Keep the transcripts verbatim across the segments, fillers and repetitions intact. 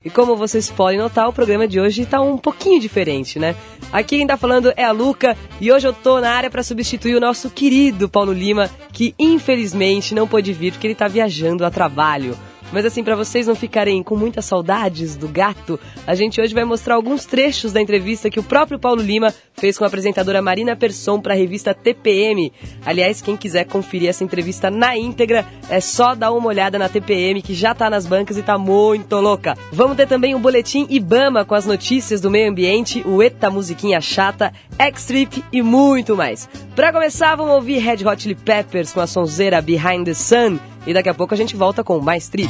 E como vocês podem notar, o programa de hoje tá um pouquinho diferente, né? Aqui quem tá falando é a Luca e hoje eu tô na área para substituir o nosso querido Paulo Lima, que infelizmente não pôde vir porque ele tá viajando a trabalho. Mas assim, para vocês não ficarem com muitas saudades do gato, a gente hoje vai mostrar alguns trechos da entrevista que o próprio Paulo Lima fez com a apresentadora Marina Persson para a revista T P M. Aliás, quem quiser conferir essa entrevista na íntegra, é só dar uma olhada na T P M, que já tá nas bancas e tá muito louca. Vamos ter também o Boletim Ibama com as notícias do meio ambiente, o Eita Musiquinha Chata, X-Trip e muito mais. Para começar, vamos ouvir Red Hot Chili Peppers com a sonzeira Behind the Sun. E daqui a pouco a gente volta com mais Trip.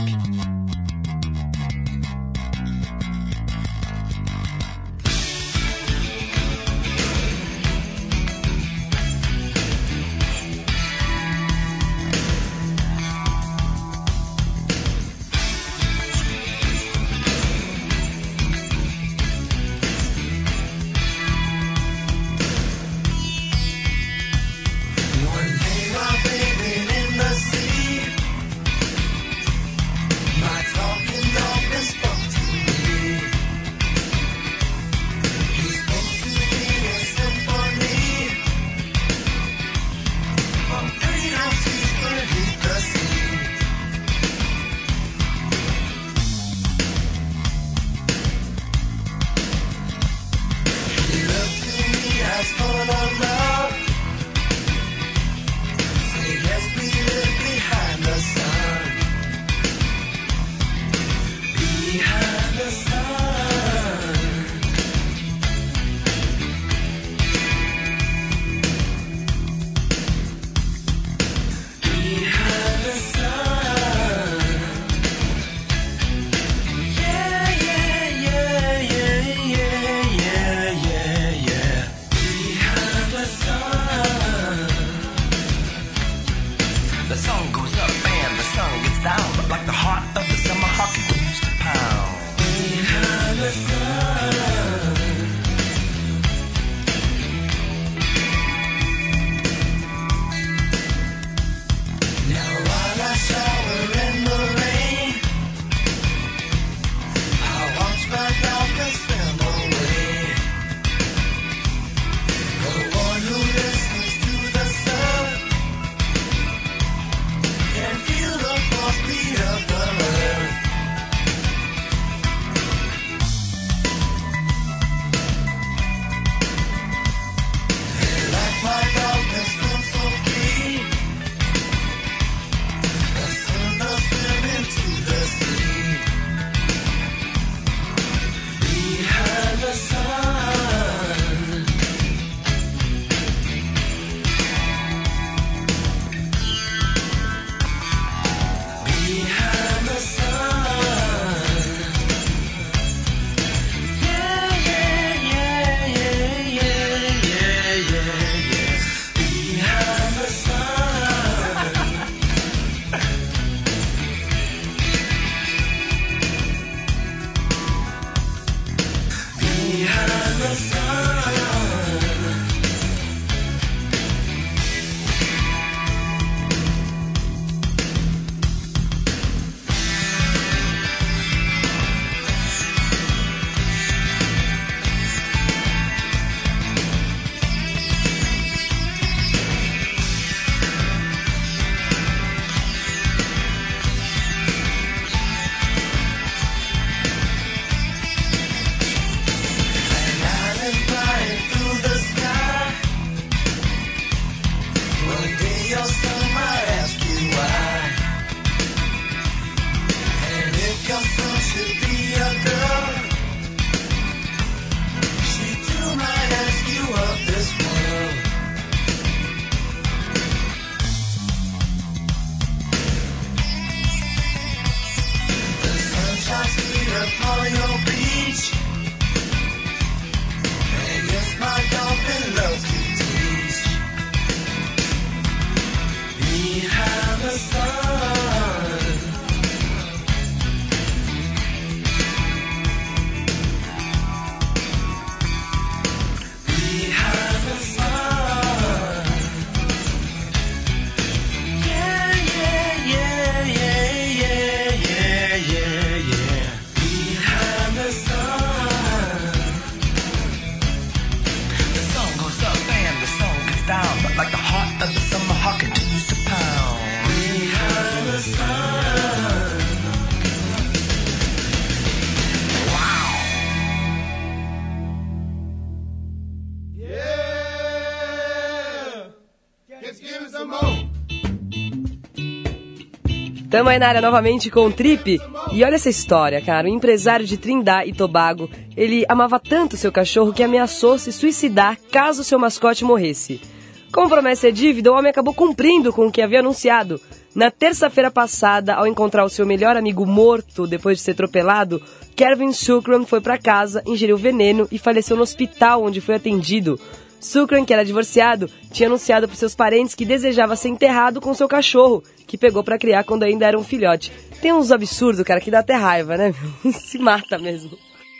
Tamo aí na área novamente com o Trip. E olha essa história, cara. Um empresário de Trindade e Tobago, ele amava tanto seu cachorro que ameaçou se suicidar caso seu mascote morresse. Como promessa é dívida, o homem acabou cumprindo com o que havia anunciado. Na terça-feira passada, ao encontrar o seu melhor amigo morto depois de ser atropelado, Kevin Shukran foi para casa, ingeriu veneno e faleceu no hospital onde foi atendido. Shukran, que era divorciado, tinha anunciado para seus parentes que desejava ser enterrado com seu cachorro, que pegou para criar quando ainda era um filhote. Tem uns absurdos, cara, que dá até raiva, né? Se mata mesmo.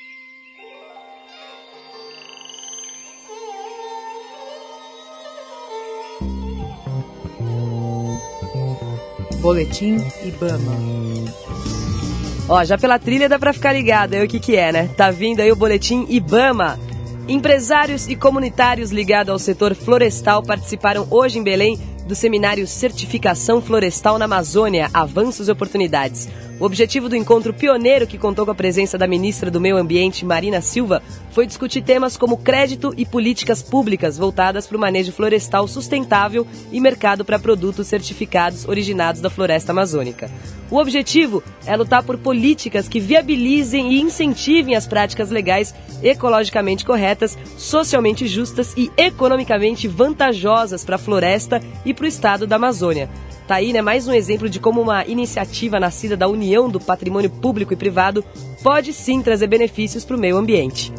Boletim Ibama. Ó, já pela trilha dá pra ficar ligado aí o que que é, né? Tá vindo aí o Boletim Ibama. Empresários e comunitários ligados ao setor florestal participaram hoje em Belém do seminário Certificação Florestal na Amazônia, Avanços e Oportunidades. O objetivo do encontro pioneiro, que contou com a presença da ministra do Meio Ambiente, Marina Silva, foi discutir temas como crédito e políticas públicas voltadas para o manejo florestal sustentável e mercado para produtos certificados originados da floresta amazônica. O objetivo é lutar por políticas que viabilizem e incentivem as práticas legais ecologicamente corretas, socialmente justas e economicamente vantajosas para a floresta e para o estado da Amazônia. Tá aí, né, mais um exemplo de como uma iniciativa nascida da união do patrimônio público e privado pode sim trazer benefícios para o meio ambiente.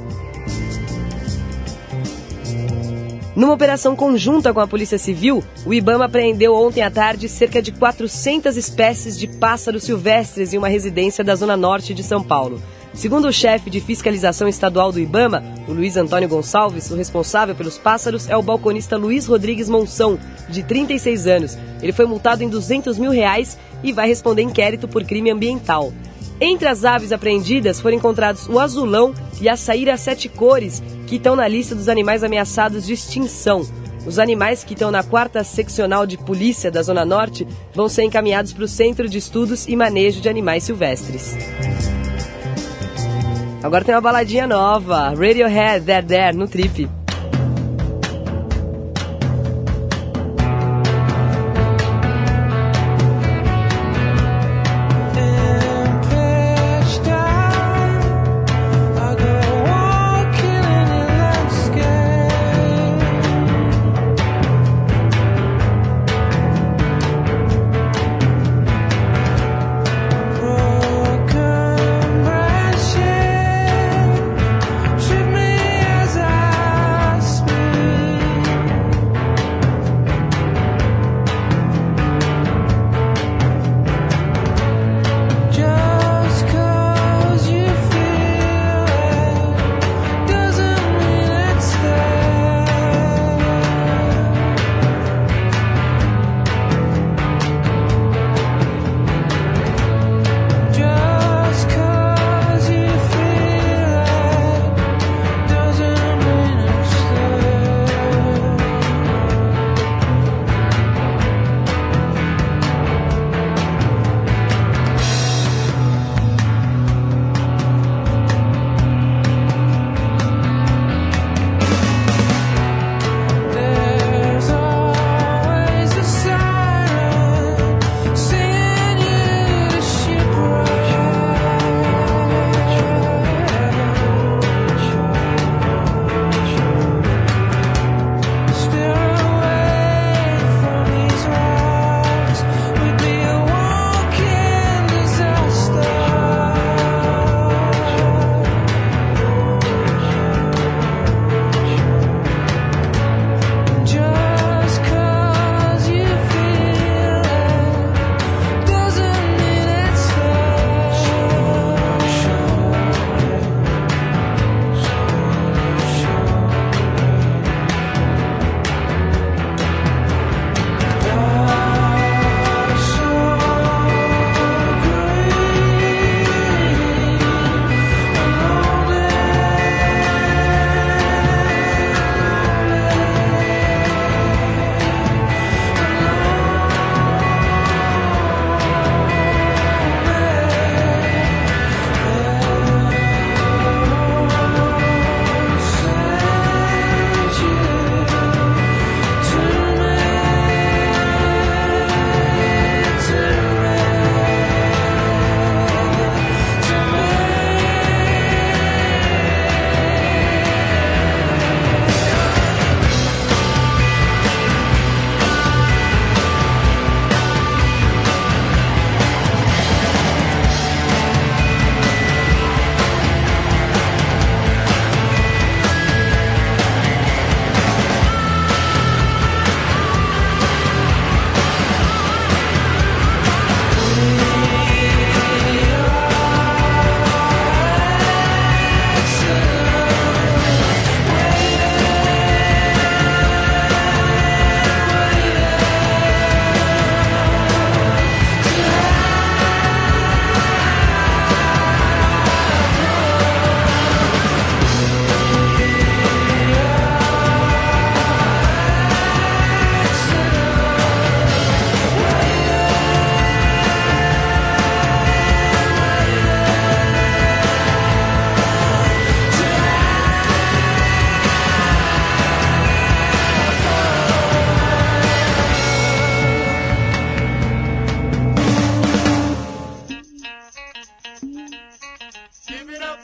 Numa operação conjunta com a Polícia Civil, o Ibama apreendeu ontem à tarde cerca de quatrocentas espécies de pássaros silvestres em uma residência da zona norte de São Paulo. Segundo o chefe de fiscalização estadual do Ibama, o Luiz Antônio Gonçalves, o responsável pelos pássaros é o balconista Luiz Rodrigues Monção, de trinta e seis anos. Ele foi multado em duzentos mil reais e vai responder inquérito por crime ambiental. Entre as aves apreendidas foram encontrados o azulão e a saíra sete cores, que estão na lista dos animais ameaçados de extinção. Os animais que estão na quarta seccional de polícia da Zona Norte vão ser encaminhados para o Centro de Estudos e Manejo de Animais Silvestres. Agora tem uma baladinha nova, Radiohead, There There, no Trip.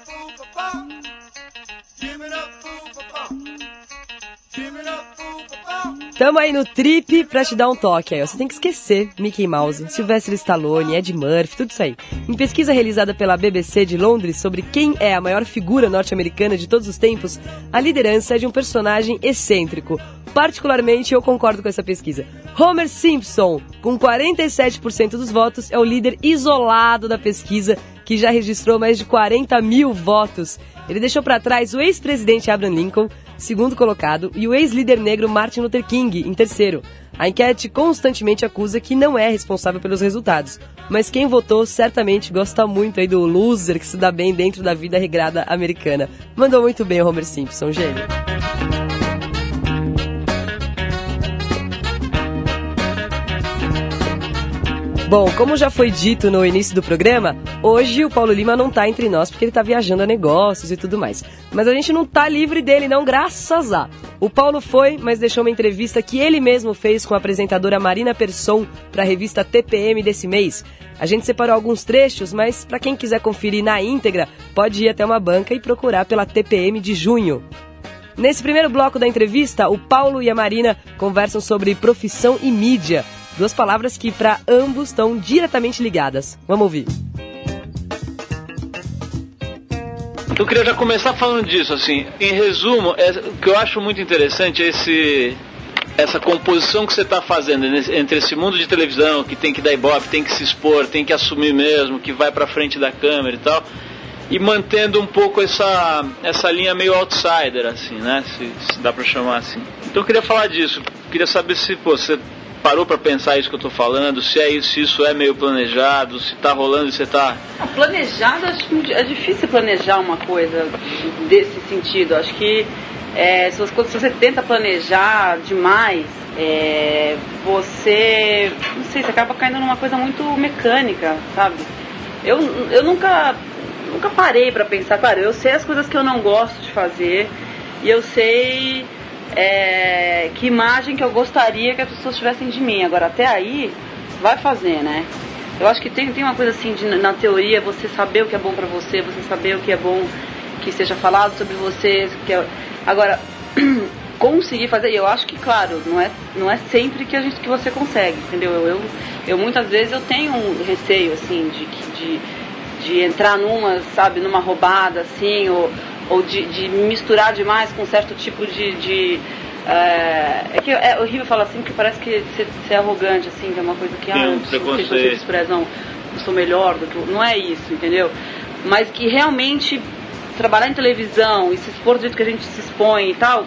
Tamo aí no trip pra te dar um toque aí, ó. Você tem que esquecer Mickey Mouse, Sylvester Stallone, Ed Murphy, tudo isso aí. Em pesquisa realizada pela B B C de Londres sobre quem é a maior figura norte-americana de todos os tempos, a liderança é de um personagem excêntrico. Particularmente, eu concordo com essa pesquisa. Homer Simpson, com quarenta e sete por cento dos votos, é o líder isolado da pesquisa, que já registrou mais de quarenta mil votos. Ele deixou para trás o ex-presidente Abraham Lincoln, segundo colocado, e o ex-líder negro Martin Luther King, em terceiro. A enquete constantemente acusa que não é responsável pelos resultados, mas quem votou certamente gosta muito aí do loser que se dá bem dentro da vida regrada americana. Mandou muito bem o Homer Simpson, gênio. Bom, como já foi dito no início do programa, hoje o Paulo Lima não tá entre nós porque ele tá viajando a negócios e tudo mais. Mas a gente não tá livre dele não, graças a... O Paulo foi, mas deixou uma entrevista que ele mesmo fez com a apresentadora Marina Persson para a revista T P M desse mês. A gente separou alguns trechos, mas para quem quiser conferir na íntegra, pode ir até uma banca e procurar pela T P M de junho. Nesse primeiro bloco da entrevista, o Paulo e a Marina conversam sobre profissão e mídia. Duas palavras que para ambos estão diretamente ligadas. Vamos ouvir. Eu queria já começar falando disso, assim, em resumo, é, o que eu acho muito interessante é esse, essa composição que você está fazendo entre esse mundo de televisão, que tem que dar ibope, tem que se expor, tem que assumir mesmo, que vai para frente da câmera e tal, e mantendo um pouco essa, essa linha meio outsider, assim, né, se, se dá para chamar assim. Então eu queria falar disso, queria saber se pô, você parou para pensar isso que eu estou falando, se, é isso, se isso é meio planejado, se está rolando e você está... Planejado, acho que é difícil planejar uma coisa desse sentido. Acho que é, se, você, se você tenta planejar demais, é, você, não sei, você acaba caindo numa coisa muito mecânica, sabe? Eu, eu nunca, nunca parei para pensar, claro, eu sei as coisas que eu não gosto de fazer e eu sei... É, que imagem que eu gostaria que as pessoas tivessem de mim. Agora, até aí, vai fazer, né? Eu acho que tem, tem uma coisa assim, de, na teoria, você saber o que é bom pra você, você saber o que é bom que seja falado sobre você. Que é... Agora, conseguir fazer, e eu acho que, claro, não é, não é sempre que, a gente, que você consegue, entendeu? Eu, eu, eu muitas vezes eu tenho um receio, assim, de, de, de entrar numa, sabe, numa roubada, assim, ou... ou de, de misturar demais com um certo tipo de... de é, é que é horrível falar assim, porque parece que você, você é arrogante, assim, que é uma coisa que... Tem um ah, preconceito. Você desprezam, eu sou melhor do que... Não é isso, entendeu? Mas que realmente trabalhar em televisão e se expor do jeito que a gente se expõe e tal,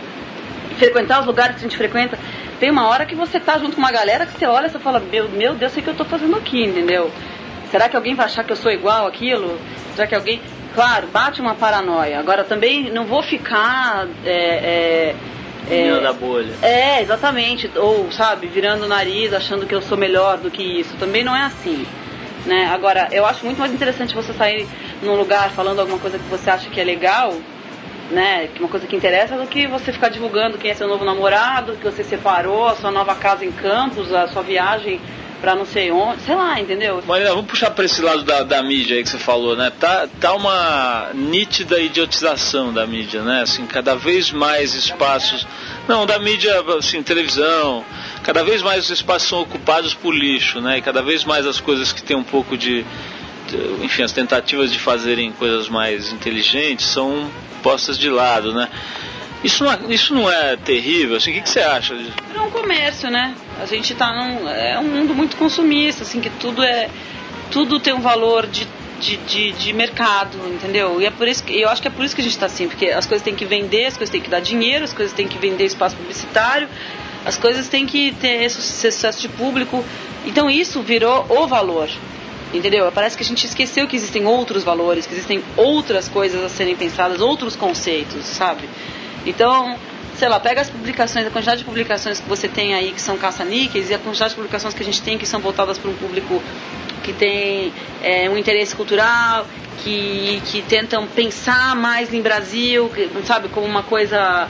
e frequentar os lugares que a gente frequenta, tem uma hora que você tá junto com uma galera que você olha e você fala, meu, meu Deus, sei o que eu tô fazendo aqui, entendeu? Será que alguém vai achar que eu sou igual àquilo? Será que alguém... Claro, bate uma paranoia. Agora, também não vou ficar... É, é, é, da bolha. É, exatamente. Ou, sabe, virando o nariz, achando que eu sou melhor do que isso. Também não é assim, né? Agora, eu acho muito mais interessante você sair num lugar falando alguma coisa que você acha que é legal, né? Uma coisa que interessa, do que você ficar divulgando quem é seu novo namorado, que você separou, a sua nova casa em Campos, a sua viagem... pra não sei onde, sei lá, entendeu? Marina, vamos puxar para esse lado da, da mídia aí que você falou, né? Tá, tá uma nítida idiotização da mídia, né? Assim, cada vez mais espaços... Não, da mídia, assim, televisão... Cada vez mais os espaços são ocupados por lixo, né? E cada vez mais as coisas que tem um pouco de... de enfim, as tentativas de fazerem coisas mais inteligentes são postas de lado, né? Isso não, é, isso não é terrível? Assim, o que, que você acha disso? É um comércio, né? A gente tá num... É um mundo muito consumista, assim, que tudo é... Tudo tem um valor de, de, de, de mercado, entendeu? E é por isso que, eu acho que é por isso que a gente tá assim, porque as coisas têm que vender, as coisas têm que dar dinheiro, as coisas têm que vender espaço publicitário, as coisas têm que ter sucesso de público. Então isso virou o valor, entendeu? Parece que a gente esqueceu que existem outros valores, que existem outras coisas a serem pensadas, outros conceitos, sabe? Então, sei lá, pega as publicações, a quantidade de publicações que você tem aí que são caça-níqueis e a quantidade de publicações que a gente tem que são voltadas para um público que tem é, um interesse cultural, que, que tentam pensar mais em Brasil, que, sabe, como uma coisa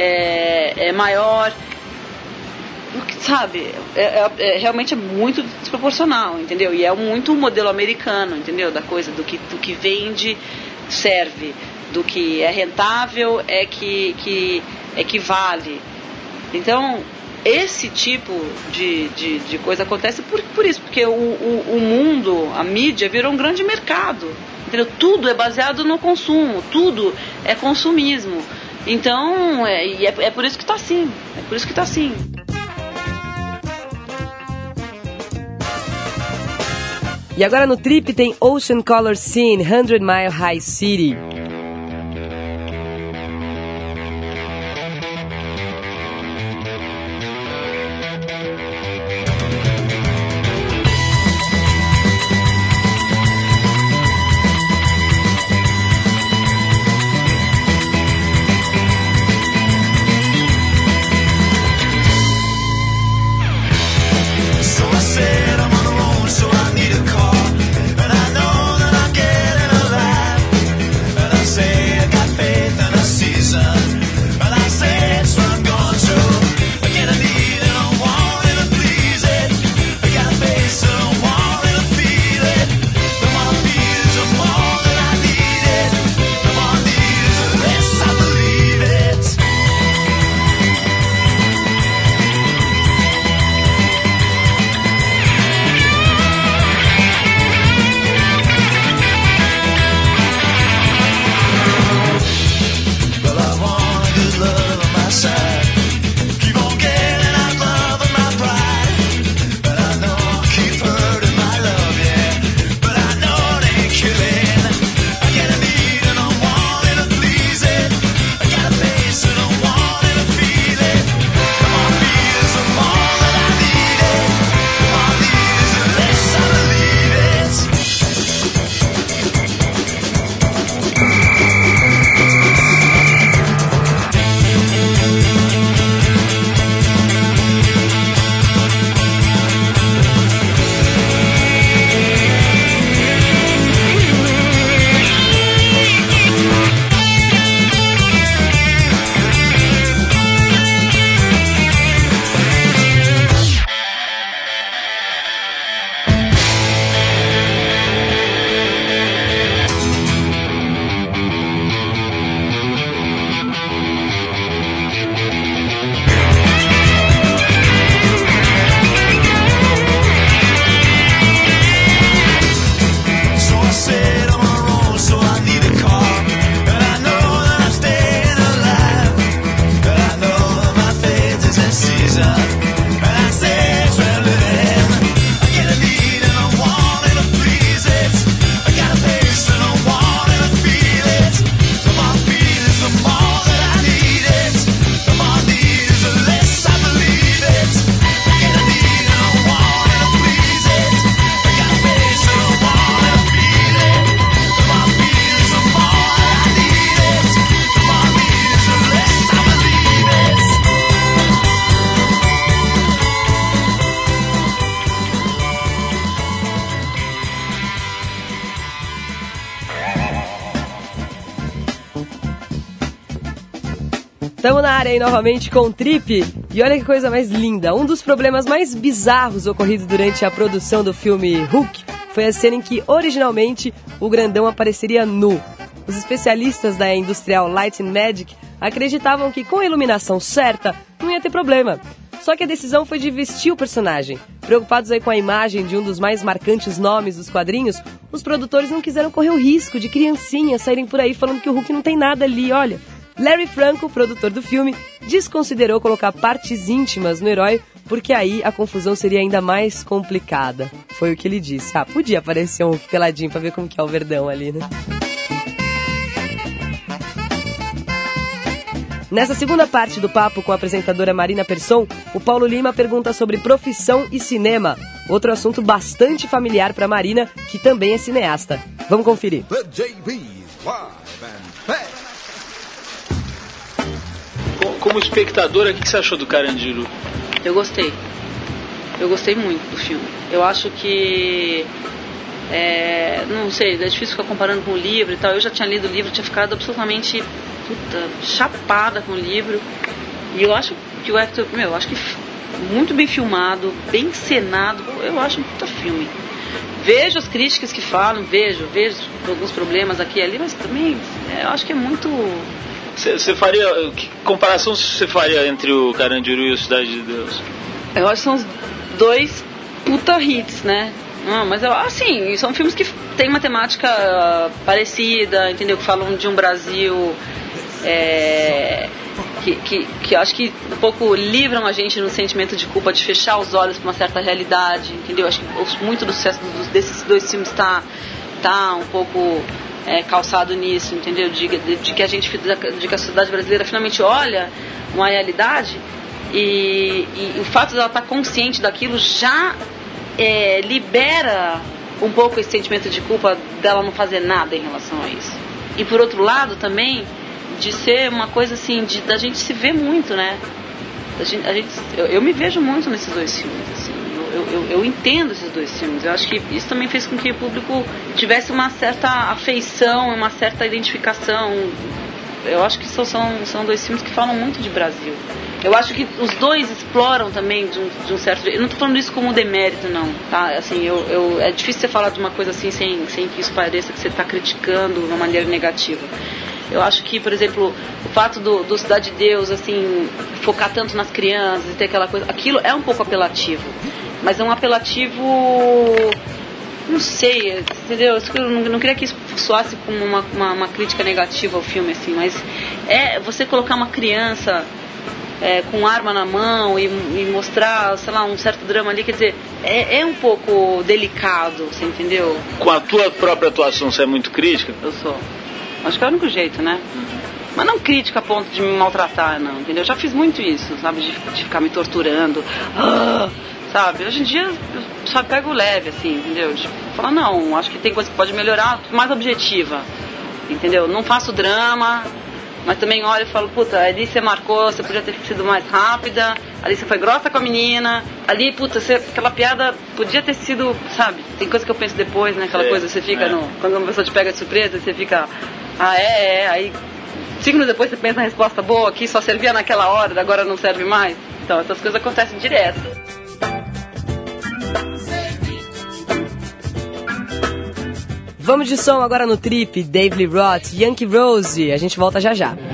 é, é maior. Sabe, é, é, é, realmente é muito desproporcional, entendeu? E é muito um modelo americano, entendeu? Da coisa, do que, do que vende... serve, do que é rentável, é que, que, é que vale. Então, esse tipo de, de, de coisa acontece por, por isso, porque o, o, o mundo, a mídia, virou um grande mercado. Entendeu? Tudo é baseado no consumo, tudo é consumismo. Então, é, é, é por isso que está assim, é por isso que está assim. E agora no Trip tem Ocean Color Scene, hundred mile High City. Estamos na área aí novamente com o Trip. E olha que coisa mais linda. Um dos problemas mais bizarros ocorridos durante a produção do filme Hulk foi a cena em que, originalmente, o grandão apareceria nu. Os especialistas da Industrial Light and Magic acreditavam que, com a iluminação certa, não ia ter problema. Só que a decisão foi de vestir o personagem. Preocupados aí com a imagem de um dos mais marcantes nomes dos quadrinhos, os produtores não quiseram correr o risco de criancinhas saírem por aí falando que o Hulk não tem nada ali, olha. Larry Franco, produtor do filme, desconsiderou colocar partes íntimas no herói, porque aí a confusão seria ainda mais complicada. Foi o que ele disse. Ah, podia aparecer um Hulk peladinho pra ver como que é o verdão ali, né? Nessa segunda parte do papo com a apresentadora Marina Persson, o Paulo Lima pergunta sobre profissão e cinema. Outro assunto bastante familiar para Marina, que também é cineasta. Vamos conferir. Como espectadora, o que você achou do Carandiru? Eu gostei. Eu gostei muito do filme. Eu acho que... É, não sei, é difícil ficar comparando com o livro e tal. Eu já tinha lido o livro, tinha ficado absolutamente puta, chapada com o livro. E eu acho que o Hector, meu, eu acho que muito bem filmado, bem encenado. Eu acho um puta filme. vejo as críticas que falam, vejo, vejo alguns problemas aqui e ali, mas também é, eu acho que é muito... Você faria, que comparação você faria entre o Carandiru e o Cidade de Deus? Eu acho que são os dois puta hits, né? Não, mas eu, assim, são filmes que têm uma temática parecida, entendeu? Que falam de um Brasil é, que, que, que eu acho que um pouco livram a gente no sentimento de culpa, de fechar os olhos para uma certa realidade, entendeu? Acho que muito do sucesso desses dois filmes está tá um pouco é, calçado nisso, entendeu? De, de, de que a gente, de que a sociedade brasileira finalmente olha uma realidade e, e o fato de ela estar consciente daquilo já É, libera um pouco esse sentimento de culpa dela não fazer nada em relação a isso. E por outro lado também de ser uma coisa assim, de, da gente se ver muito, né? A gente, a gente, eu, eu me vejo muito nesses dois filmes, assim. eu, eu, eu entendo esses dois filmes. Eu acho que isso também fez com que o público tivesse uma certa afeição, uma certa identificação. Eu acho que são, são, são dois filmes que falam muito de Brasil. Eu acho que os dois exploram também de um, de um certo... Eu não estou falando isso como demérito, não, tá? Assim, eu, eu, é difícil você falar de uma coisa assim sem, sem que isso pareça que você está criticando de uma maneira negativa. Eu acho que, por exemplo, o fato do, do Cidade de Deus, assim, focar tanto nas crianças e ter aquela coisa... Aquilo é um pouco apelativo, mas é um apelativo... Não sei, entendeu? Eu não, não queria que isso soasse como uma, uma, uma crítica negativa ao filme, assim, mas é você colocar uma criança... É, com arma na mão e, e mostrar, sei lá, um certo drama ali, quer dizer, é, é um pouco delicado, você entendeu? Com a tua própria atuação, você é muito crítica? Eu sou. Acho que é o único jeito, né? Uhum. Mas não crítica a ponto de me maltratar, não, entendeu? Eu já fiz muito isso, sabe, de, de ficar me torturando, ah, sabe? Hoje em dia, eu só pego leve, assim, entendeu? De falar, não, acho que tem coisa que pode melhorar, mais objetiva, entendeu? Não faço drama... Mas também olho e falo, puta, ali você marcou, você podia ter sido mais rápida, ali você foi grossa com a menina, ali, puta, você, aquela piada podia ter sido, sabe, tem coisa que eu penso depois, né, aquela é, coisa, você fica é. no, quando uma pessoa te pega de surpresa, você fica, ah, é, é, aí, cinco minutos depois você pensa na resposta boa, que só servia naquela hora, agora não serve mais. Então, essas coisas acontecem direto. Vamos de som agora no Trip, Dave Lee Roth, Yankee Rose. A gente volta já já.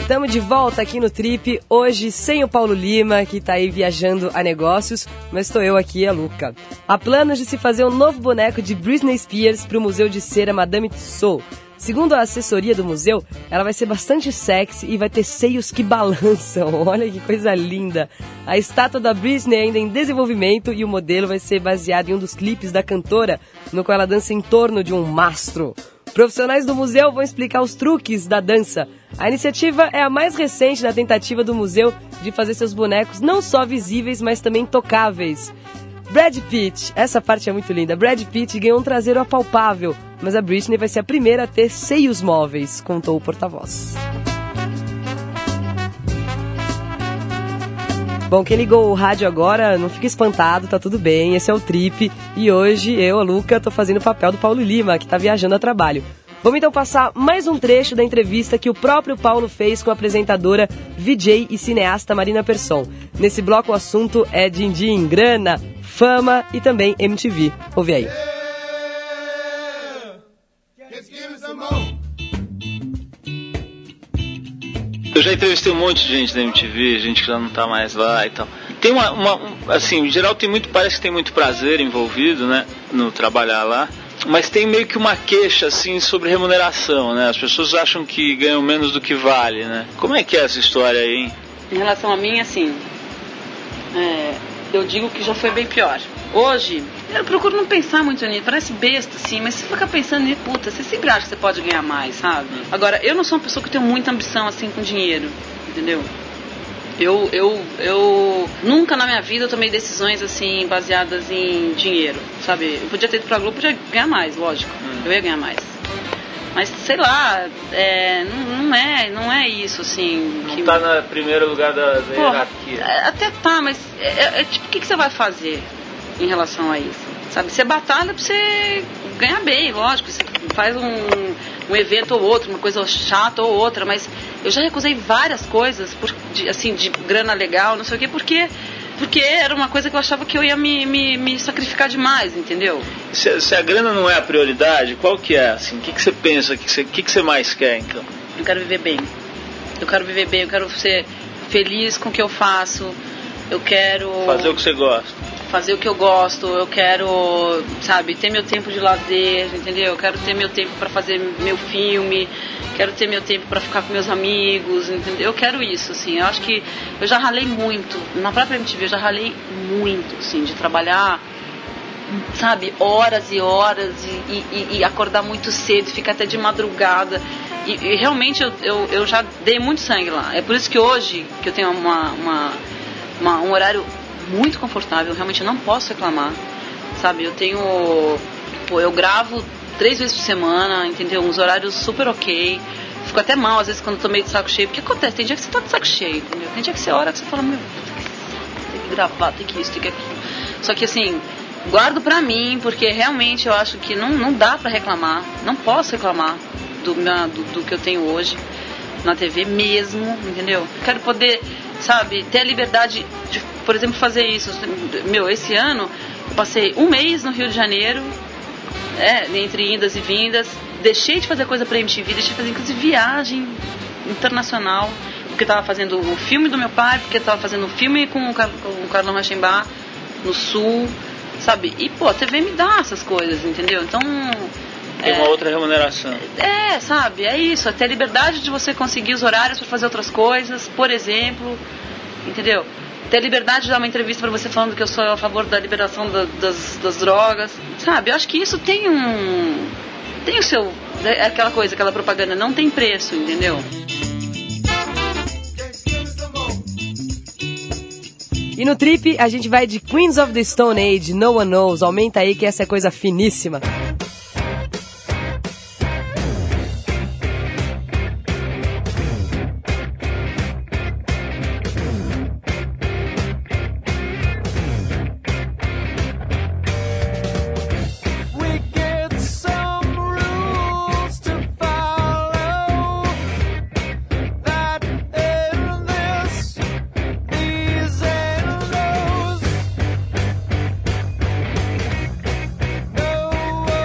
Estamos de volta aqui no Trip, hoje sem o Paulo Lima, que tá aí viajando a negócios, mas estou eu aqui, a Luca. Há planos de se fazer um novo boneco de Britney Spears para o Museu de Cera Madame Tussauds. Segundo a assessoria do museu, ela vai ser bastante sexy e vai ter seios que balançam. Olha que coisa linda. A estátua da Britney ainda em desenvolvimento e o modelo vai ser baseado em um dos clipes da cantora, no qual ela dança em torno de um mastro. Profissionais do museu vão explicar os truques da dança. A iniciativa é a mais recente na tentativa do museu de fazer seus bonecos não só visíveis, mas também tocáveis. Brad Pitt, essa parte é muito linda. Brad Pitt ganhou um traseiro apalpável, mas a Britney vai ser a primeira a ter seios móveis, contou o porta-voz. Bom, quem ligou o rádio agora, não fica espantado, tá tudo bem, esse é o Trip. E hoje eu, a Luca, tô fazendo o papel do Paulo Lima, que tá viajando a trabalho. Vamos então passar mais um trecho da entrevista que o próprio Paulo fez com a apresentadora, V J e cineasta Marina Persson. Nesse bloco o assunto é din-din, grana, fama e também M T V. Ouve aí. Eu já entrevistei um monte de gente da M T V, gente que já não tá mais lá e tal. Tem uma, uma um, assim, em geral tem muito, parece que tem muito prazer envolvido, né, no trabalhar lá. Mas tem meio que uma queixa, assim, sobre remuneração, né? As pessoas acham que ganham menos do que vale, né? Como é que é essa história aí, hein? Em relação a mim, assim, é, eu digo que já foi bem pior. Hoje, eu procuro não pensar muito nisso, parece besta, assim, mas se ficar pensando nisso, puta, você sempre acha que você pode ganhar mais, sabe? Agora, eu não sou uma pessoa que tem muita ambição, assim, com dinheiro, entendeu? Eu, eu, eu nunca na minha vida eu tomei decisões assim baseadas em dinheiro, sabe? Eu podia ter ido pra Globo, podia ganhar mais, lógico, hum. eu ia ganhar mais. Mas sei lá, é, não, não é, não é isso assim. Não que... tá no primeiro lugar da, da hierarquia. Até tá, mas é, é, tipo, o que, que você vai fazer em relação a isso? Sabe? Você batalha pra você ganhar bem, lógico, você faz um, um evento ou outro, uma coisa chata ou outra, mas eu já recusei várias coisas, por, de, assim, de grana legal, não sei o quê, porque, porque era uma coisa que eu achava que eu ia me, me, me sacrificar demais, entendeu? Se, se a grana não é a prioridade, qual que é? Assim, o que, que você pensa, o que, você, que, que você mais quer, então? Eu quero viver bem, eu quero viver bem, eu quero ser feliz com o que eu faço, eu quero... Fazer o que você gosta. Fazer o que eu gosto, eu quero, sabe, ter meu tempo de lazer, entendeu? Eu quero ter meu tempo para fazer meu filme, quero ter meu tempo para ficar com meus amigos, entendeu? Eu quero isso, assim, eu acho que eu já ralei muito, na própria M T V eu já ralei muito, assim, de trabalhar, sabe, horas e horas e, e, e acordar muito cedo, ficar até de madrugada, e, e realmente eu, eu, eu já dei muito sangue lá, é por isso que hoje, que eu tenho uma, uma, uma um horário muito confortável, realmente eu não posso reclamar, sabe, eu tenho, pô, eu gravo três vezes por semana, entendeu, uns horários super ok, fico até mal às vezes quando eu tô meio de saco cheio, porque acontece, tem dia que você tá de saco cheio, entendeu, tem dia que você ora que você fala, meu, tem que gravar, tem que isso, tem que aquilo, só que assim, guardo pra mim, porque realmente eu acho que não, não dá pra reclamar, não posso reclamar do, minha, do, do que eu tenho hoje na T V mesmo, entendeu, quero poder, sabe, ter a liberdade de, por exemplo, fazer isso. Meu, esse ano eu passei um mês no Rio de Janeiro, é, entre indas e vindas, deixei de fazer coisa pra M T V, deixei de fazer inclusive viagem internacional, porque eu tava fazendo o filme do meu pai, porque eu tava fazendo um filme com o, Car- com o Carlão Rauschenbach no Sul, sabe, e pô, a T V me dá essas coisas, entendeu, então... Tem uma é, outra remuneração. É, sabe, é isso, até a liberdade de você conseguir os horários para fazer outras coisas, por exemplo, entendeu? Ter a liberdade de dar uma entrevista para você falando que eu sou a favor da liberação da, das, das drogas, sabe? Eu acho que isso tem um... tem o seu... aquela coisa, aquela propaganda, não tem preço, entendeu? E no Trip a gente vai de Queens of the Stone Age, No One Knows, aumenta aí que essa é coisa finíssima. Oh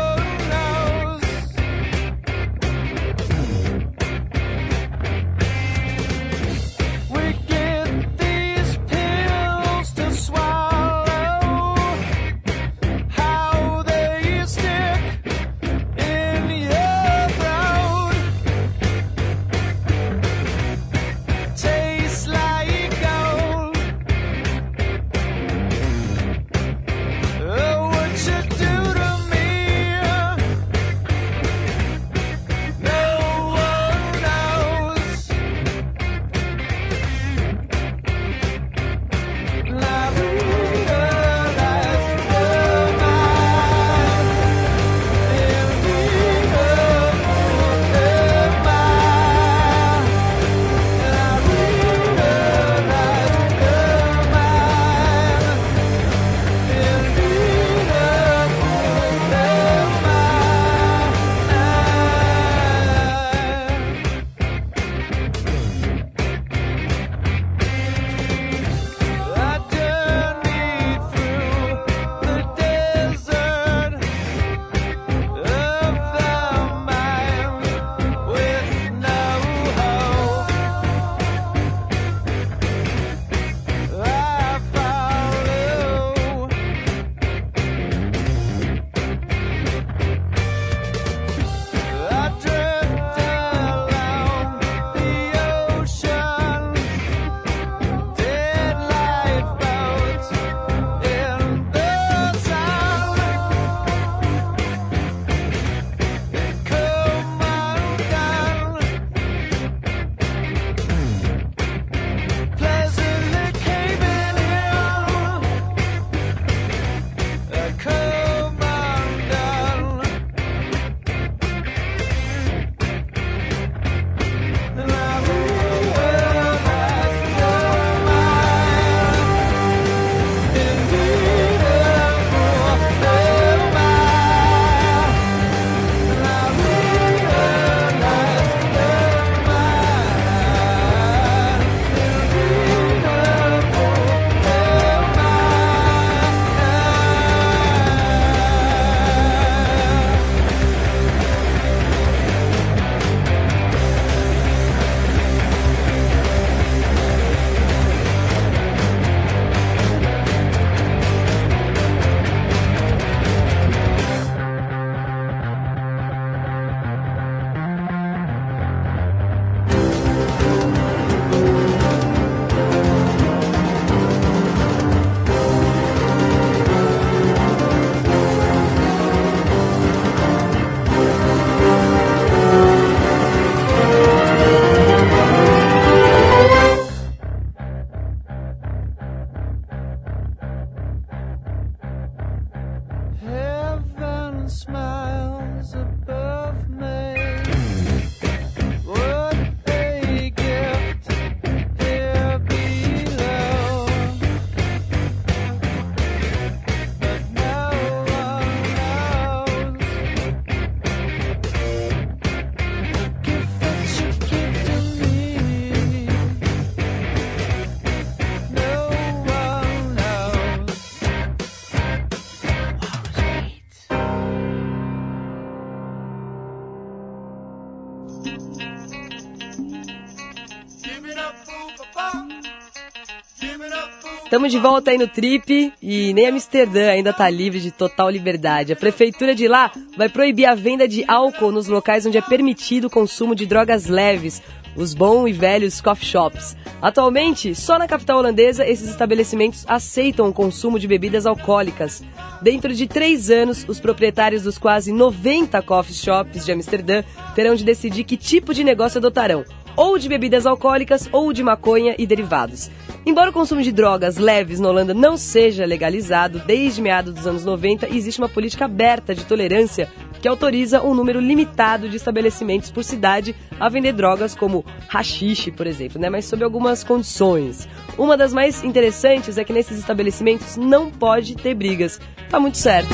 Estamos de volta aí no Trip e nem Amsterdã ainda tá livre de total liberdade. A prefeitura de lá vai proibir a venda de álcool nos locais onde é permitido o consumo de drogas leves, os bons e velhos coffee shops. Atualmente, só na capital holandesa, esses estabelecimentos aceitam o consumo de bebidas alcoólicas. Dentro de três anos, os proprietários dos quase noventa coffee shops de Amsterdã terão de decidir que tipo de negócio adotarão, ou de bebidas alcoólicas ou de maconha e derivados. Embora o consumo de drogas leves na Holanda não seja legalizado, desde meados dos anos noventa existe uma política aberta de tolerância que autoriza um número limitado de estabelecimentos por cidade a vender drogas como haxixe, por exemplo, né? Mas sob algumas condições. Uma das mais interessantes é que nesses estabelecimentos não pode ter brigas. Tá muito certo.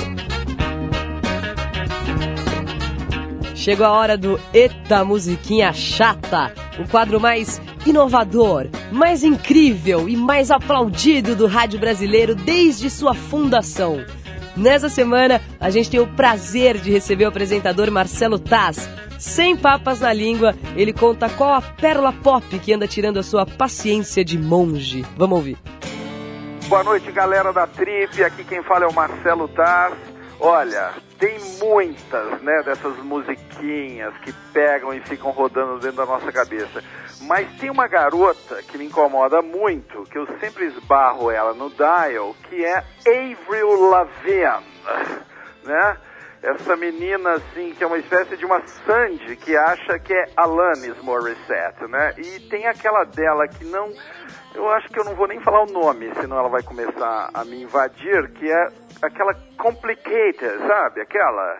Chegou a hora do Eita Musiquinha Chata, o quadro mais inovador, mais incrível e mais aplaudido do rádio brasileiro desde sua fundação. Nessa semana, a gente tem o prazer de receber o apresentador Marcelo Taz. Sem papas na língua, ele conta qual a pérola pop que anda tirando a sua paciência de monge. Vamos ouvir. Boa noite, galera da Trip. Aqui quem fala é o Marcelo Taz. Olha, tem muitas, né, dessas musiquinhas que pegam e ficam rodando dentro da nossa cabeça. Mas tem uma garota que me incomoda muito, que eu sempre esbarro ela no dial, que é Avril Lavigne, né? Essa menina, assim, que é uma espécie de uma Sandy, que acha que é Alanis Morissette, né? E tem aquela dela que não... Eu acho que eu não vou nem falar o nome, senão ela vai começar a me invadir, que é aquela Complicated, sabe? Aquela...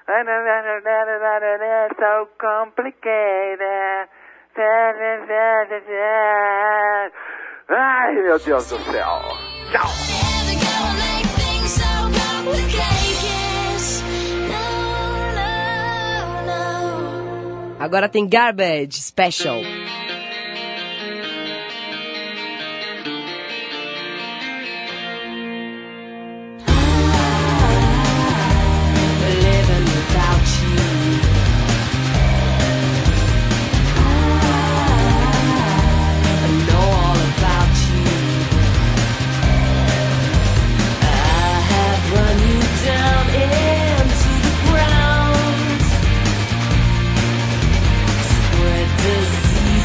So complicated. Ai, meu Deus do céu. Tchau. Agora tem Garbage Special. Disease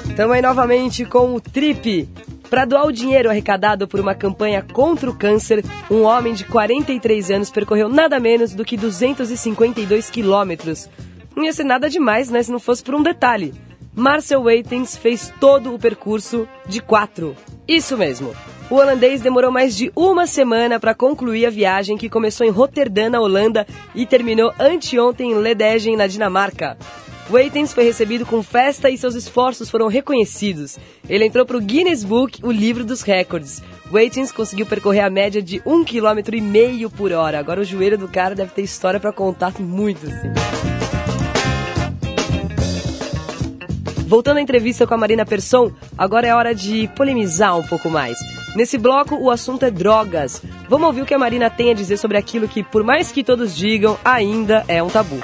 Estamos aí novamente com o Trip. Para doar o dinheiro arrecadado por uma campanha contra o câncer, um homem de quarenta e três anos percorreu nada menos do que duzentos e cinquenta e dois quilômetros. Não ia ser nada demais, né, se não fosse por um detalhe. Marcel Waitens fez todo o percurso de quatro. Isso mesmo. O holandês demorou mais de uma semana para concluir a viagem, que começou em Roterdã, na Holanda, e terminou anteontem em Leerdam, na Dinamarca. Waitens foi recebido com festa e seus esforços foram reconhecidos. Ele entrou para o Guinness Book, o livro dos recordes. Waitens conseguiu percorrer a média de um quilômetro e meio por hora. Agora o joelho do cara deve ter história para contar muito, assim. Voltando à entrevista com a Marina Persson, agora é hora de polemizar um pouco mais. Nesse bloco, o assunto é drogas. Vamos ouvir o que a Marina tem a dizer sobre aquilo que, por mais que todos digam, ainda é um tabu.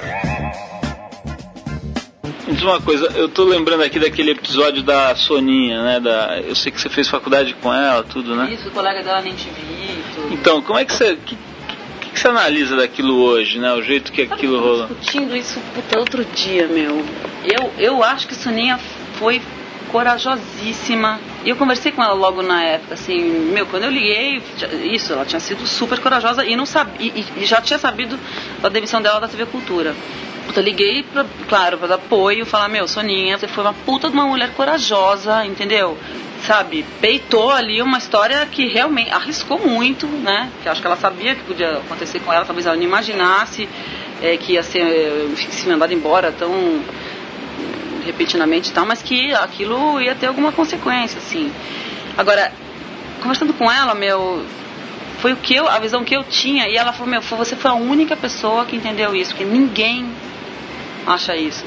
Diz uma coisa, eu tô lembrando aqui daquele episódio da Soninha, né? Da, eu sei que você fez faculdade com ela, tudo, né? Isso, o colega dela nem te vi, tudo. Então, como é que você... Que, que, que você analisa daquilo hoje, né? O jeito que Sabe aquilo que eu rolou. tô discutindo isso, puta, outro dia, meu. Eu, eu acho que Soninha foi corajosíssima. E eu conversei com ela logo na época, assim, meu, quando eu liguei, isso, ela tinha sido super corajosa e, não sabia, e, e já tinha sabido da demissão dela da T V Cultura. Eu liguei, pra, claro, para dar apoio, falar, meu, Soninha, você foi uma puta de uma mulher corajosa, entendeu? Sabe, peitou ali uma história que realmente arriscou muito, né? Que acho que ela sabia que podia acontecer com ela, talvez ela não imaginasse é, que ia ser, se mandada embora tão repentinamente e tal, mas que aquilo ia ter alguma consequência, assim. Agora, conversando com ela, meu... Foi o que eu, a visão que eu tinha, e ela falou, meu, você foi a única pessoa que entendeu isso, que ninguém acha isso.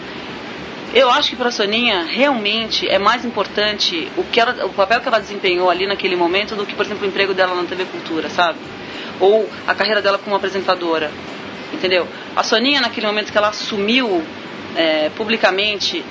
Eu acho que para a Soninha realmente é mais importante o, que ela, o papel que ela desempenhou ali naquele momento do que, por exemplo, o emprego dela na T V Cultura, sabe? Ou a carreira dela como apresentadora, entendeu? A Soninha, naquele momento que ela assumiu é, publicamente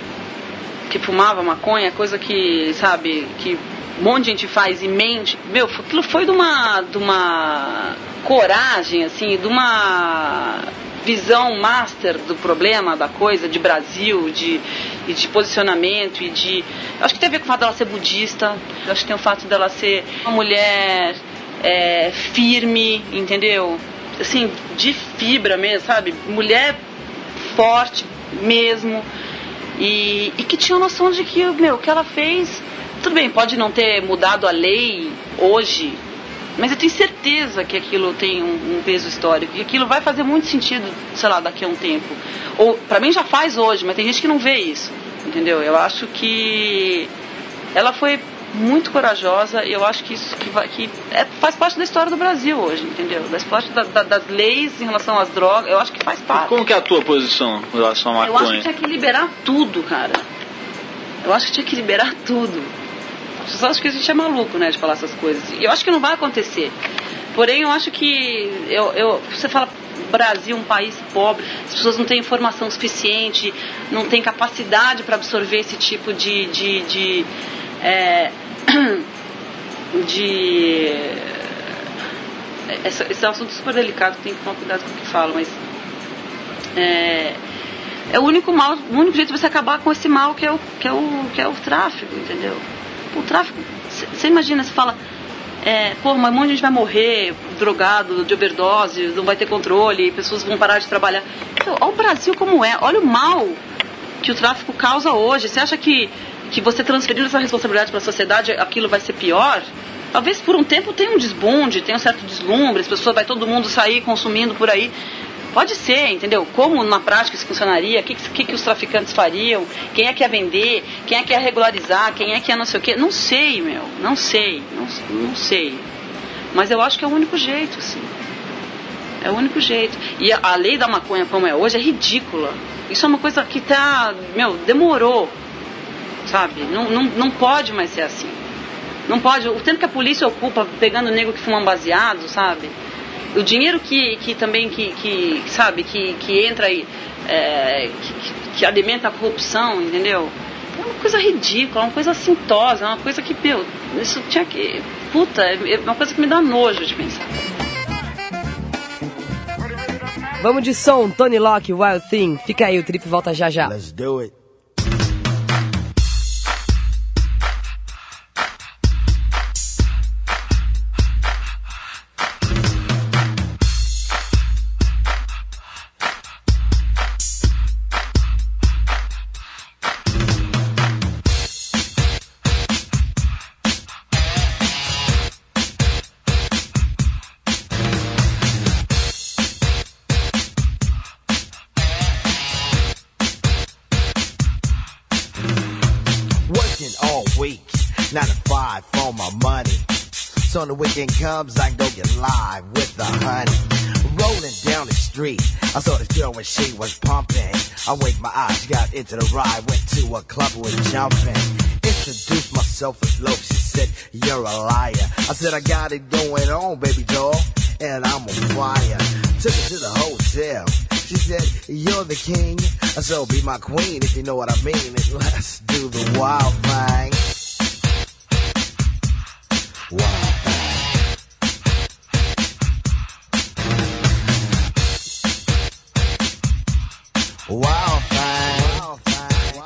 que fumava maconha, coisa que, sabe, que um monte de gente faz e mente, meu, aquilo foi de uma, de uma coragem, assim, de uma visão master do problema, da coisa, de Brasil, de, e de posicionamento, e de... Acho que tem a ver com o fato dela ser budista, acho que tem o fato dela ser uma mulher é, firme, entendeu? Assim, de fibra mesmo, sabe? Mulher forte mesmo, e, e que tinha noção de que, meu, o que ela fez... Tudo bem, pode não ter mudado a lei hoje, mas eu tenho certeza que aquilo tem um, um peso histórico, e aquilo vai fazer muito sentido, sei lá, daqui a um tempo. Ou, pra mim já faz hoje, mas tem gente que não vê isso, entendeu? Eu acho que ela foi muito corajosa, e eu acho que isso que vai, que é, faz parte da história do Brasil hoje, entendeu? Das, da, da, das leis em relação às drogas, eu acho que faz parte. Como que é a tua posição em relação à maconha? Eu acho que tinha que liberar tudo, cara. Eu acho que tinha que liberar tudo. As pessoas acham que a gente é maluco, né, de falar essas coisas. E eu acho que não vai acontecer. Porém, eu acho que... Eu, eu, você fala, Brasil, um país pobre, as pessoas não têm informação suficiente, não têm capacidade para absorver esse tipo de... de, de, é, de esse, esse é um assunto super delicado, tem que tomar cuidado com o que falo, mas... É, é o único mal, o único jeito de você acabar com esse mal que é o, que é o, que é o tráfico, entendeu? O tráfico, você imagina, você fala, é, pô, mas um monte de gente vai morrer drogado, de overdose, não vai ter controle, pessoas vão parar de trabalhar. Então, olha o Brasil como é, olha o mal que o tráfico causa hoje. Você acha que, que você transferindo essa responsabilidade para a sociedade, aquilo vai ser pior? Talvez por um tempo tenha um desbunde, tenha um certo deslumbre, as pessoas, vai todo mundo sair consumindo por aí. Pode ser, entendeu? Como na prática isso funcionaria, o que, que, que os traficantes fariam, quem é que ia vender, quem é que ia regularizar, quem é que ia não sei o quê. Não sei, meu, não sei, não, não sei. Mas eu acho que é o único jeito, sim. É o único jeito. E a, a lei da maconha como é hoje é ridícula. Isso é uma coisa que tá, meu, demorou, sabe? Não, não, não pode mais ser assim. Não pode, o tempo que a polícia ocupa pegando nego que fuma baseado, sabe? O dinheiro que, que também, que, que, sabe, que, que entra aí, é, que, que alimenta a corrupção, entendeu? É uma coisa ridícula, é uma coisa assintosa, é uma coisa que, meu, isso tinha que... Puta, é uma coisa que me dá nojo de pensar. Vamos de som, Tony Locke, Wild Thing. Fica aí, o Trip volta já já. Let's do it. Working all week, nine to five for my money. So when the weekend comes, I go get live with the honey. Rolling down the street, I saw this girl when she was pumping. I winked my eyes, got into the ride, went to a club, was jumping. Introduced myself as Loke, she said, you're a liar. I said, I got it going on, baby doll, and I'm on fire. Took her to the hotel, she said, you're the king, so be my queen if you know what I mean, and let's do the wild thing. Wild thing. Wild thing. Wild thing.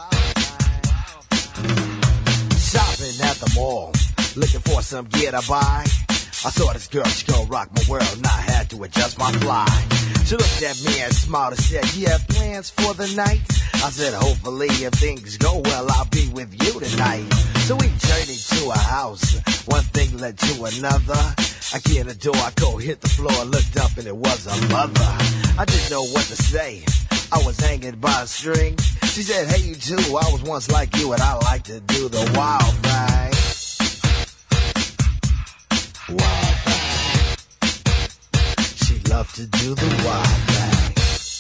Shopping at the mall, looking for some gear to buy. I saw this girl, she gon' rock my world, and I had to adjust my fly. She looked at me and smiled and said, you have plans for the night? I said, hopefully if things go well, I'll be with you tonight. So we journeyed to a house, one thing led to another. I get in the door, I go hit the floor, looked up and it was a mother. I didn't know what to say, I was hanging by a string. She said, hey you too, I was once like you and I like to do the wild thing. Wild thing. She loved to do the wild thing.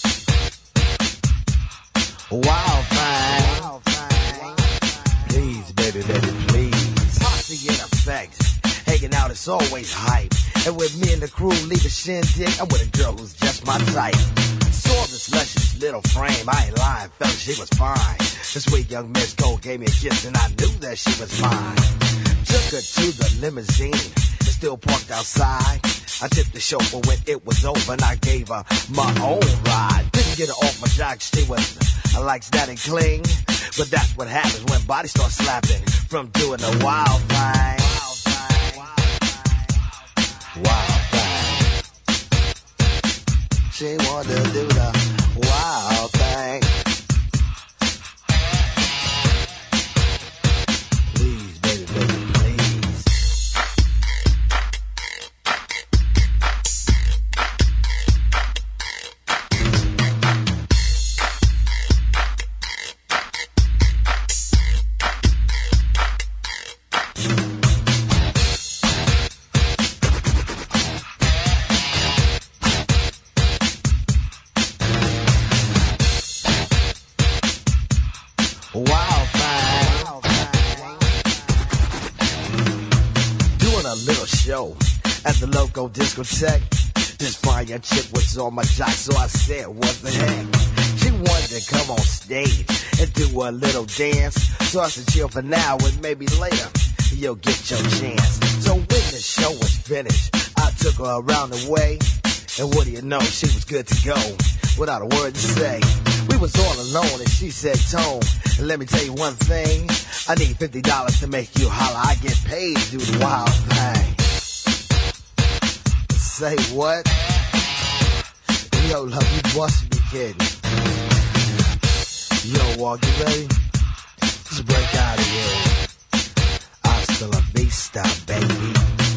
Wild thing. Wild thing. Please, baby, baby, please. Posse in effect. Hanging out is always hype. And with me and the crew leave a shindig, I'm with a girl who's just my type. Saw this luscious little frame, I ain't lying, fella, she was fine. This sweet young Miss Cole gave me a kiss and I knew that she was mine. Took her to the limousine, it's still parked outside. I tipped the chauffeur when it was over and I gave her my own ride. Didn't get her off my jock, she was, I like that and cling. But that's what happens when bodies start slapping from doing the wild thing. Wild thing. She wanted to do the wild thing. Please, baby, baby, please. Wild thing. Doing a little show at the local discotheque. This fine young chick was on my jock, so I said, what the heck? She wanted to come on stage and do a little dance. So I said, chill for now and maybe later you'll get your chance. So when the show was finished, I took her around the way. And what do you know, she was good to go without a word to say. We was all alone and she said, Tone, and let me tell you one thing, I need fifty dollars to make you holler. I get paid to do the wild thing. Say what? Yo, love, you must be kidding. Yo, walk you ready? Just break out of here. Hasta la vista, baby.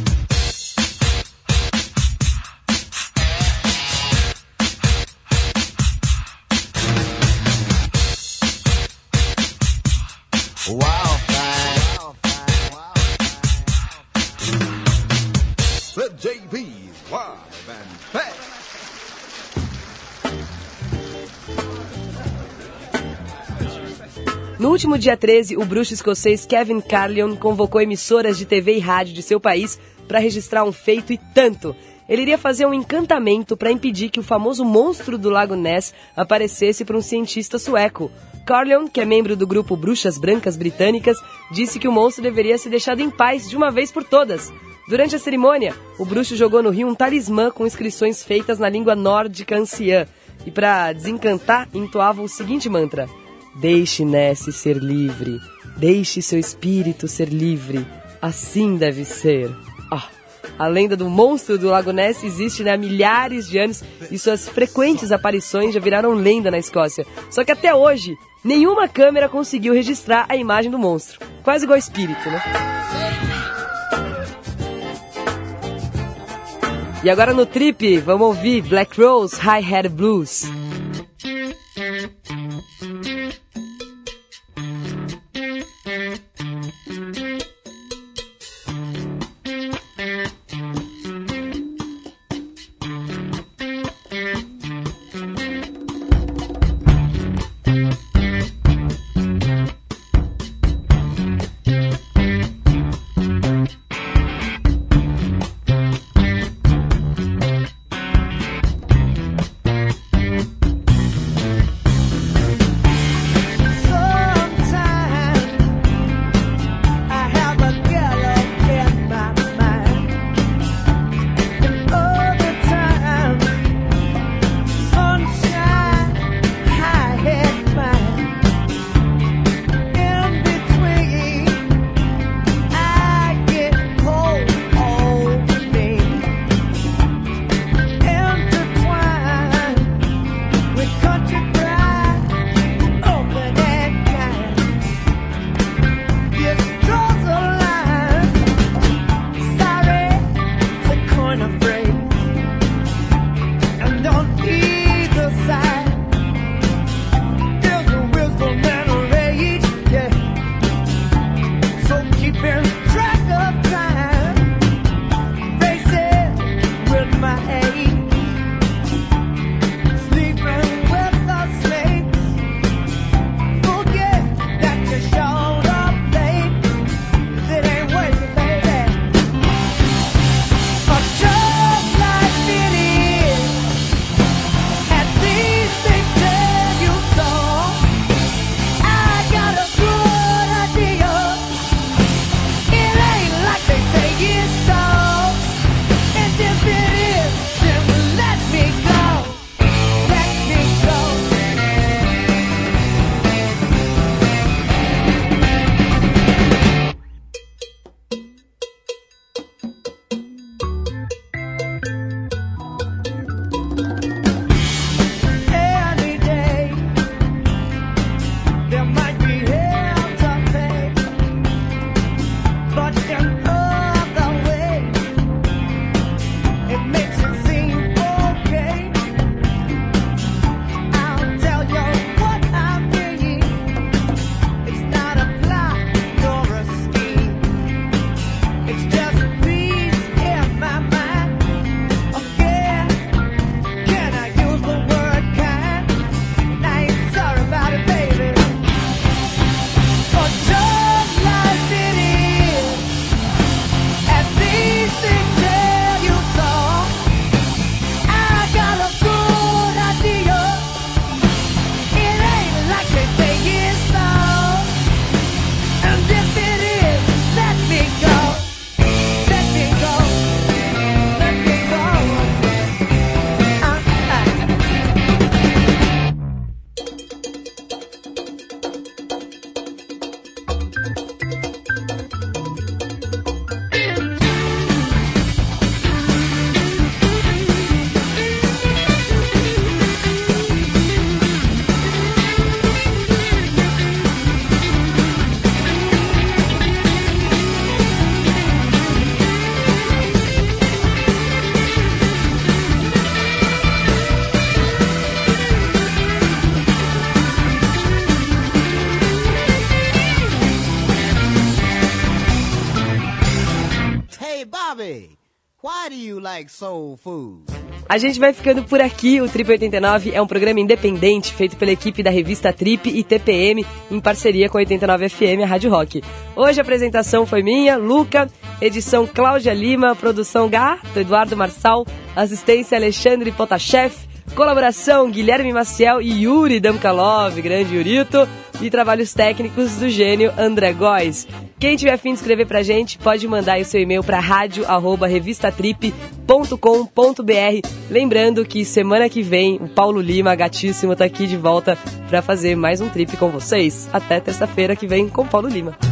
Wild thing. The J P's Wild and Fast. No último dia treze, o bruxo escocês Kevin Carlion convocou emissoras de T V e rádio de seu país para registrar um feito e tanto. Ele iria fazer um encantamento para impedir que o famoso monstro do Lago Ness aparecesse para um cientista sueco. Carlion, que é membro do grupo Bruxas Brancas Britânicas, disse que o monstro deveria ser deixado em paz de uma vez por todas. Durante a cerimônia, o bruxo jogou no rio um talismã com inscrições feitas na língua nórdica anciã. E para desencantar, entoava o seguinte mantra: deixe Ness ser livre, deixe seu espírito ser livre, assim deve ser. Ah, a lenda do monstro do Lago Ness existe, né, há milhares de anos e suas frequentes aparições já viraram lenda na Escócia. Só que até hoje, nenhuma câmera conseguiu registrar a imagem do monstro. Quase igual espírito, né? E agora no Trip, vamos ouvir Black Rose High Hat Blues. Why do you like soul food? A gente vai ficando por aqui. O Trip oitenta e nove é um programa independente feito pela equipe da revista Trip e T P M em parceria com a oitenta e nove F M, a Rádio Rock. Hoje a apresentação foi minha, Luca, edição Cláudia Lima, produção Gato, Eduardo Marçal, assistência Alexandre Potashev, colaboração Guilherme Maciel e Yuri Damkalov, grande Yurito, e trabalhos técnicos do gênio André Góes. Quem tiver afim de escrever pra gente, pode mandar aí o seu e-mail para rádio arroba revistatrip ponto com ponto b r. Lembrando que semana que vem o Paulo Lima, gatíssimo, tá aqui de volta para fazer mais um trip com vocês. Até terça-feira que vem com o Paulo Lima.